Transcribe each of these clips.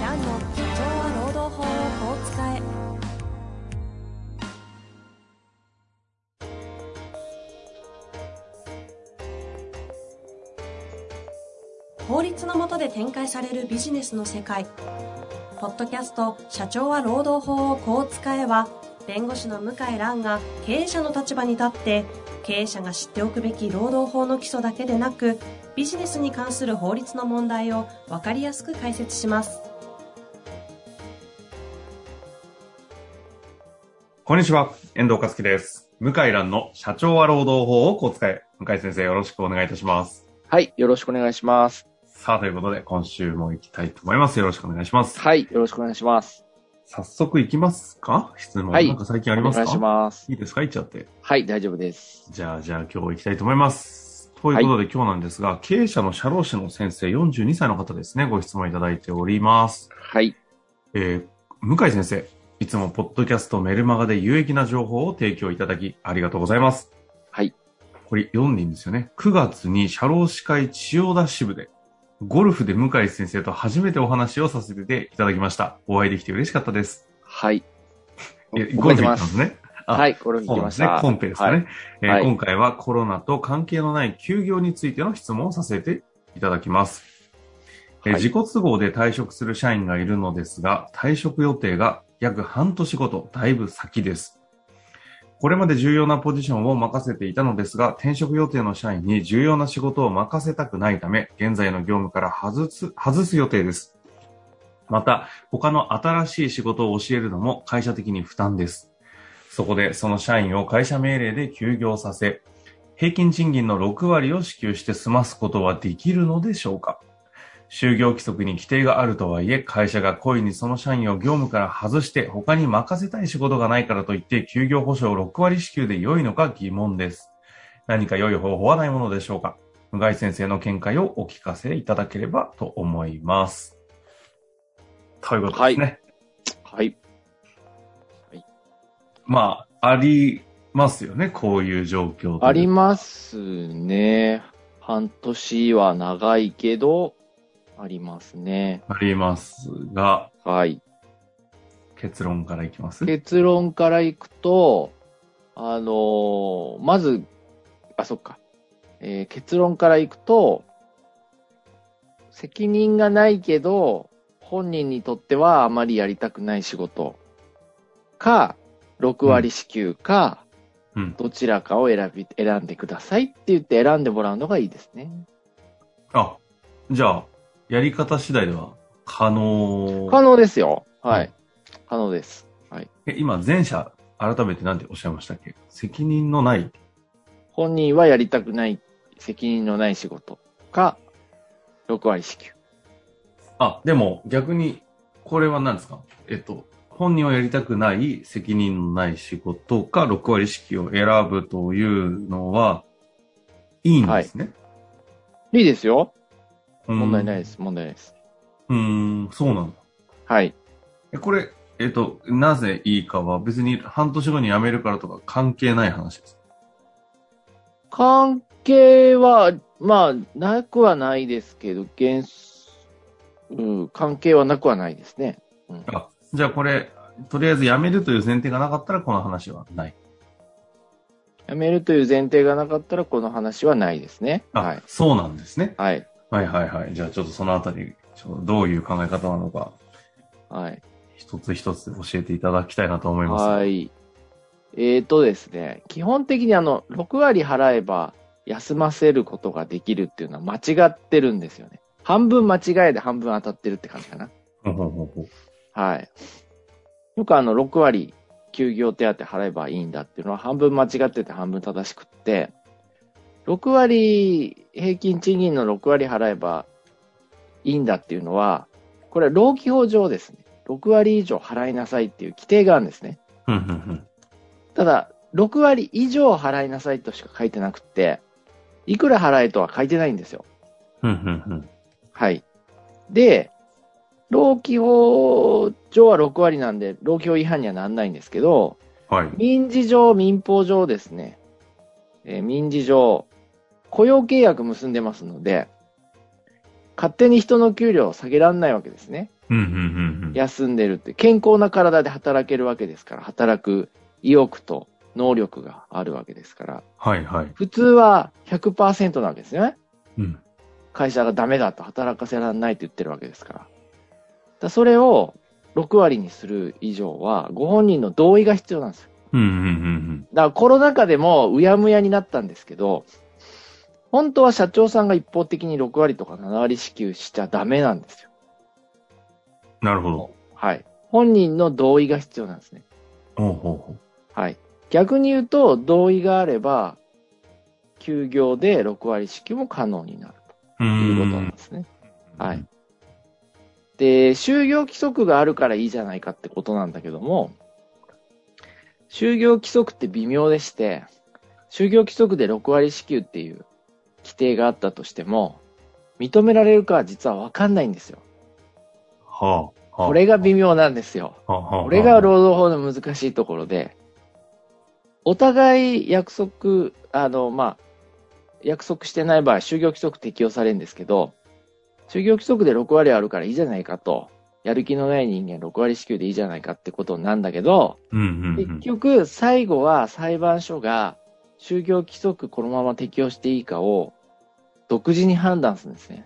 蘭の社長は労働法をこう使え。法律の下で展開されるビジネスの世界。ポッドキャスト社長は労働法をこう使えは、弁護士の向井蘭が経営者の立場に立って経営者が知っておくべき労働法の基礎だけでなく、ビジネスに関する法律の問題を分かりやすく解説します。 こんにちは、遠藤和樹です。向井蘭の社長は労働法をこう使え。向井先生、よろしくお願いいたします。 はい、よろしくお願いします。 さあ、ということで今週も行きたいと思います。よろしくお願いします。 はい、よろしくお願いします。 早速行きますか？質問、 はい、 なんか最近ありますか？ お願いします。 いいですか？行っちゃって。 はい、大丈夫です。 じゃあ今日行きたいと思います。ということで、今日なんですが、経営者の社労士の先生、42歳の方ですね、ご質問いただいております。 はい。 向井先生、いつもポッドキャストメルマガで有益な情報を提供いただきありがとうございます。 はい。 これ読んでいいんですよね。9月に社労士会千代田支部でゴルフで向井先生と初めてお話をさせていただきました。お会いできて嬉しかったです。 はい。 ゴルフ行ったんですね。 はい、ゴルフ行きました。 そうですね。コンペですかね。 はい今回はコロナと関係のない休業についての質問をさせていただきます。自己都合で退職する社員がいるのですが、退職予定が約半年後とだいぶ先です。これまで重要なポジションを任せていたのですが、転職予定の社員に重要な仕事を任せたくないため、現在の業務から外す予定です。また、他の新しい仕事を教えるのも会社的に負担です。そこで、その社員を会社命令で休業させ、平均賃金の6割を支給して済ますことはできるのでしょうか？就業規則に規定があるとはいえ、会社が故意にその社員を業務から外して他に任せたい仕事がないからといって休業保障6割支給で良いのか疑問です。何か良い方法はないものでしょうか？向井先生の見解をお聞かせいただければと思います。ということですね。 はい。はい。 まあ、ありますよね、こういう状況。 ありますね。半年は長いけど、ありますね。 ありますが、 はい。 結論からいきます？ 結論からいくと、まず、そっか。結論からいくと、責任がないけど、本人にとってはあまりやりたくない仕事か、6割支給か、どちらかを選んでくださいって言って選んでもらうのがいいですね。 あ、じゃあ、やり方次第では可能ですよ。はい。可能です。はい。 今、前者、改めて何ておっしゃいましたっけ？責任のない。 本人はやりたくない、責任のない仕事か、6割支給。 でも逆に、これは何ですか？本人はやりたくない、責任のない仕事か、6割支給を選ぶというのは、いいんですね。 はい。いいですよ。問題ないです。問題ないです。 そうなんだ。 はい。 これ、なぜいいかは別に半年後に辞めるからとか関係ない話です。 関係は、まあ、なくはないですけど、関係はなくはないですね。 じゃあこれ、とりあえず辞めるという前提がなかったらこの話はない。 辞めるという前提がなかったらこの話はないですね。はい。 そうなんですね。 はい。 はいはいはい。じゃあちょっとそのあたり、どういう考え方なのか、 はい。 一つ一つ教えていただきたいなと思います。 はい。ですね、基本的に6割払えば休ませることができるっていうのは間違ってるんですよね。半分間違いで半分当たってるって感じかな。はい。よく6割休業手当払えばいいんだっていうのは半分間違ってて半分正しくって、6割、平均賃金の6割払えばいいんだっていうのは、これは労基法上ですね、6割以上払いなさいっていう規定があるんですね。ただ、6割以上払いなさいとしか書いてなくって、いくら払えとは書いてないんですよ。はい。で、労基法上は6割なんで、労基法違反にはならないんですけど、 はい、 民事上、民法上ですね、民事上、雇用契約結んでますので、 勝手に人の給料を下げられないわけですね。休んでるって。健康な体で働けるわけですから、働く意欲と能力があるわけですから。 はいはい。 普通は 100% なわけですね。 うん。 会社がダメだと働かせられないって言ってるわけですから。それを6割にする以上は、ご本人の同意が必要なんですよ。だからコロナ禍でもうやむやになったんですけど、本当は社長さんが一方的に6割とか7割支給しちゃダメなんですよ。 なるほど。 はい。本人の同意が必要なんですね。はい。逆に言うと、同意があれば、休業で6割支給も可能になるということなんですね。はい。で、就業規則があるからいいじゃないかってことなんだけども、就業規則って微妙でして、就業規則で6割支給っていう規定があったとしても、認められるかは実は分かんないんですよ。これが微妙なんですよ。これが労働法の難しいところで、お互い約束、約束してない場合、就業規則適用されるんですけど、就業規則で6割あるからいいじゃないかと、やる気のない人間6割支給でいいじゃないかってことなんだけど、結局最後は裁判所が就業規則このまま適用していいかを独自に判断するんですね。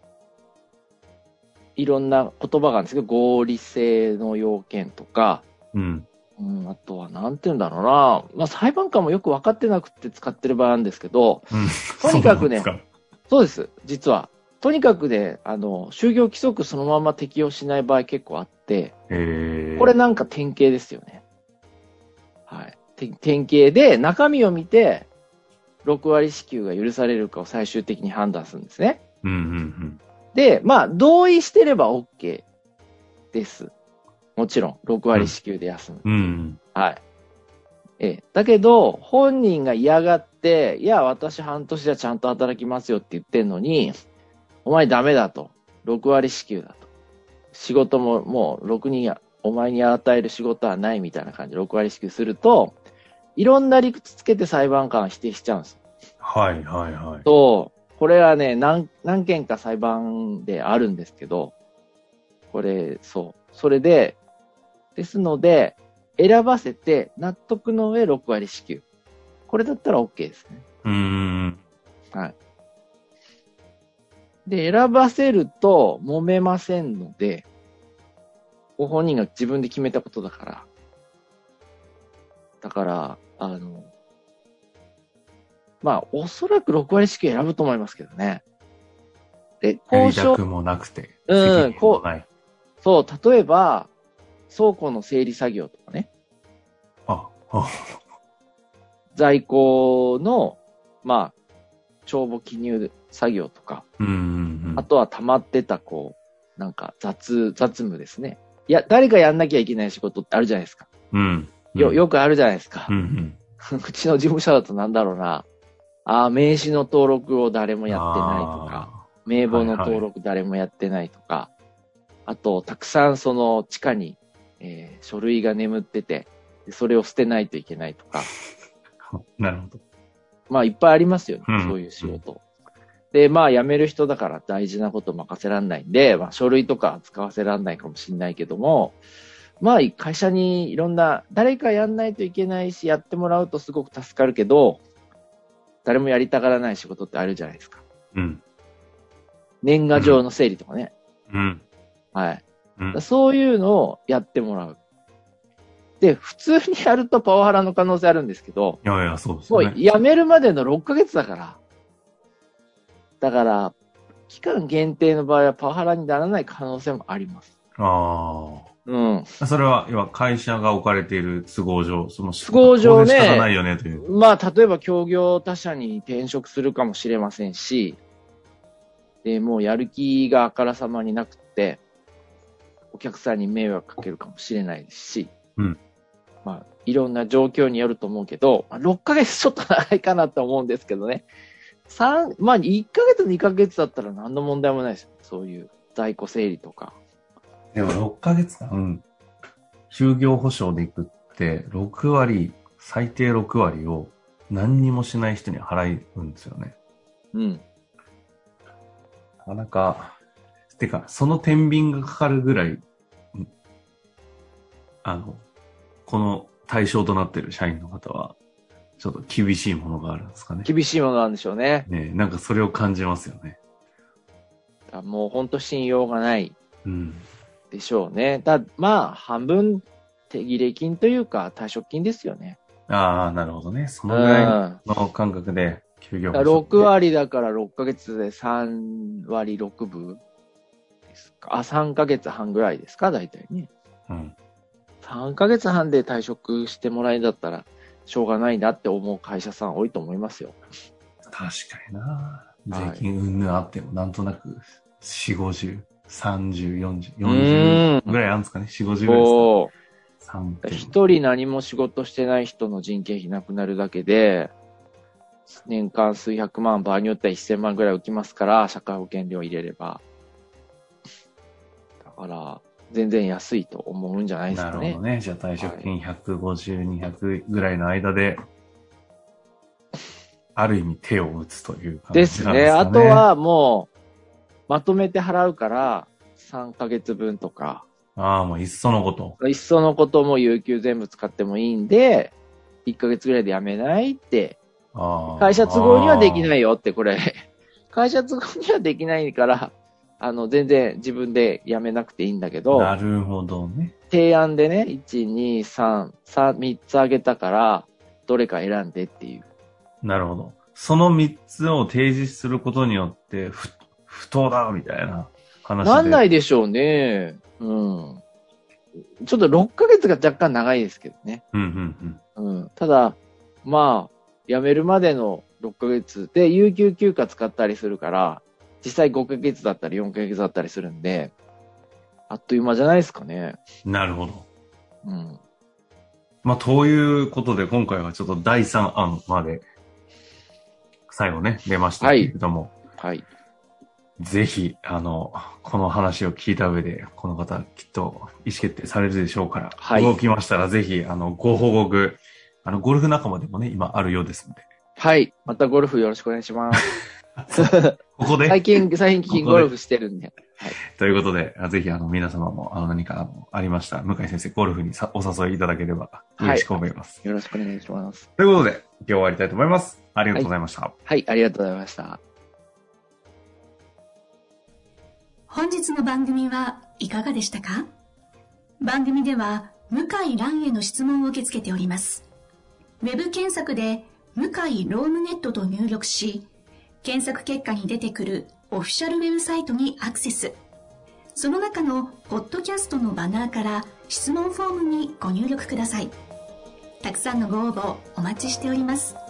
いろんな言葉があるんですけど、合理性の要件とか、あとはなんて言うんだろうな、裁判官もよく分かってなくて使ってる場合なんですけど、とにかくね、そうです、実は。とにかくね、就業規則そのまま適用しない場合結構あって、これなんか典型ですよね。はい。典型で中身を見て、6割支給が許されるかを最終的に判断するんですね。で、同意してれば OK です。もちろん、6割支給で休む。はい。だけど、本人が嫌がって、いや、私半年じゃちゃんと働きますよって言ってんのに、お前ダメだと。6割支給だと。仕事ももう、お前に与える仕事はないみたいな感じで6割支給すると、いろんな理屈つけて裁判官は否定しちゃうんです。 はいはいはい。 これはね、何件か裁判であるんですけど、それで、ですので、選ばせて納得の上6割支給。これだったら OK ですね。はい。で、選ばせると揉めませんので、ご本人が自分で決めたことだから。だから、おそらく6割支給選ぶと思いますけどね。で、 交渉。やりたくもなくて。そう、 例えば、倉庫の整理作業とかね。在庫の、帳簿記入作業とか。あとは溜まってた、雑務ですね。いや、誰かやんなきゃいけない仕事ってあるじゃないですか。よくあるじゃないですか。うちの事務所だとなんだろうな。名刺の登録を誰もやってないとか、名簿の登録誰もやってないとか、あと、たくさんその地下に、書類が眠ってて、それを捨てないといけないとか。 なるほど。 いっぱいありますよね、そういう仕事。で、辞める人だから大事なこと任せられないんで、書類とか使わせられないかもしれないけども、会社にいろんな、誰かやんないといけないし、やってもらうとすごく助かるけど、誰もやりたがらない仕事ってあるじゃないですか。年賀状の整理とかね。はい。そういうのをやってもらう。で、普通にやるとパワハラの可能性あるんですけど、 そうですね。 もう辞めるまでの6ヶ月だから。だから、期間限定の場合はパワハラにならない可能性もあります。 それは、要は会社が置かれている都合上、その都合上ね、 仕方ないよねという。 例えば協業他社に転職するかもしれませんし、で、もうやる気があからさまになくて、お客さんに迷惑かけるかもしれないですし、いろんな状況によると思うけど、6ヶ月ちょっと長いかなと思うんですけどね。1ヶ月2ヶ月だったら何の問題もないですよ。そういう在庫整理とか。 でも6ヶ月間、就業保障でいくって、6割、最低6割を何にもしない人に払うんですよね。なかなかてか、その天秤がかかるぐらい、この対象となっている社員の方は、ちょっと厳しいものがあるんですかね。 厳しいものなんでしょうね。 ね、なんかそれを感じますよね。 もう本当信用がないうん。 でしょうね。まあ、半分手切れ金というか退職金ですよね。 ああ、なるほどね。そのぐらいの感覚で休業補償。 6割だから6ヶ月で3割6分ですか。3ヶ月半ぐらいですか、大体ね。 うん。 3ヶ月半で退職してもらえんだったら、しょうがないなって思う会社さん多いと思いますよ。 確かにな。税金云々あっても、なんとなく4、50、30、40、40ぐらいあるんですかね。4、50ぐらいですか。 一人何も仕事してない人の人件費なくなるだけで、年間数百万、場合によっては1000万ぐらい浮きますから、社会保険料入れれば。だから、全然安いと思うんじゃないですかね。 なるほどね。じゃあ退職金150、200ぐらいの間で、ある意味手を打つという感じなんですかね。 ですね。あとはもう、まとめて払うから、3ヶ月分とか。 ああ、もういっそのこと。 いっそのことも有給全部使ってもいいんで、1ヶ月ぐらいで辞めないって。会社都合にはできないよって、これ。会社都合にはできないから、全然自分で辞めなくていいんだけど。 なるほどね。 提案でね、1、2、3つあげたから、どれか選んでっていう。 なるほど。その3つを提示することによって、不当だみたいな話で。 なんないでしょうね。うん。ちょっと6ヶ月が若干長いですけどね。ただ、まあ、辞めるまでの6ヶ月で有給休暇使ったりするから、実際5ヶ月だったり4ヶ月だったりするんで、あっという間じゃないですかね。 なるほど。 うん。 まあ、ということで、今回はちょっと第3案まで、最後ね、出ましたけれども。 はい。 ぜひ、この話を聞いた上で、この方、きっと意思決定されるでしょうから、はい、動きましたら、ぜひ、ご報告、ゴルフ仲間でもね、今あるようですので。 はい。またゴルフよろしくお願いします。 ここで最近ゴルフしてるんで。 はい。ということで、ぜひ皆様も何かありましたら、向井先生、ゴルフにお誘いいただければ嬉しく思います。 よろしくお願いします。 ということで、今日終わりたいと思います。ありがとうございました。 はい、ありがとうございました。 本日の番組はいかがでしたか？番組では向井蘭への質問を受け付けております。ウェブ検索で向井ロームネットと入力し、検索結果に出てくるオフィシャルウェブサイトにアクセス。その中のポッドキャストのバナーから質問フォームにご入力ください。たくさんのご応募お待ちしております。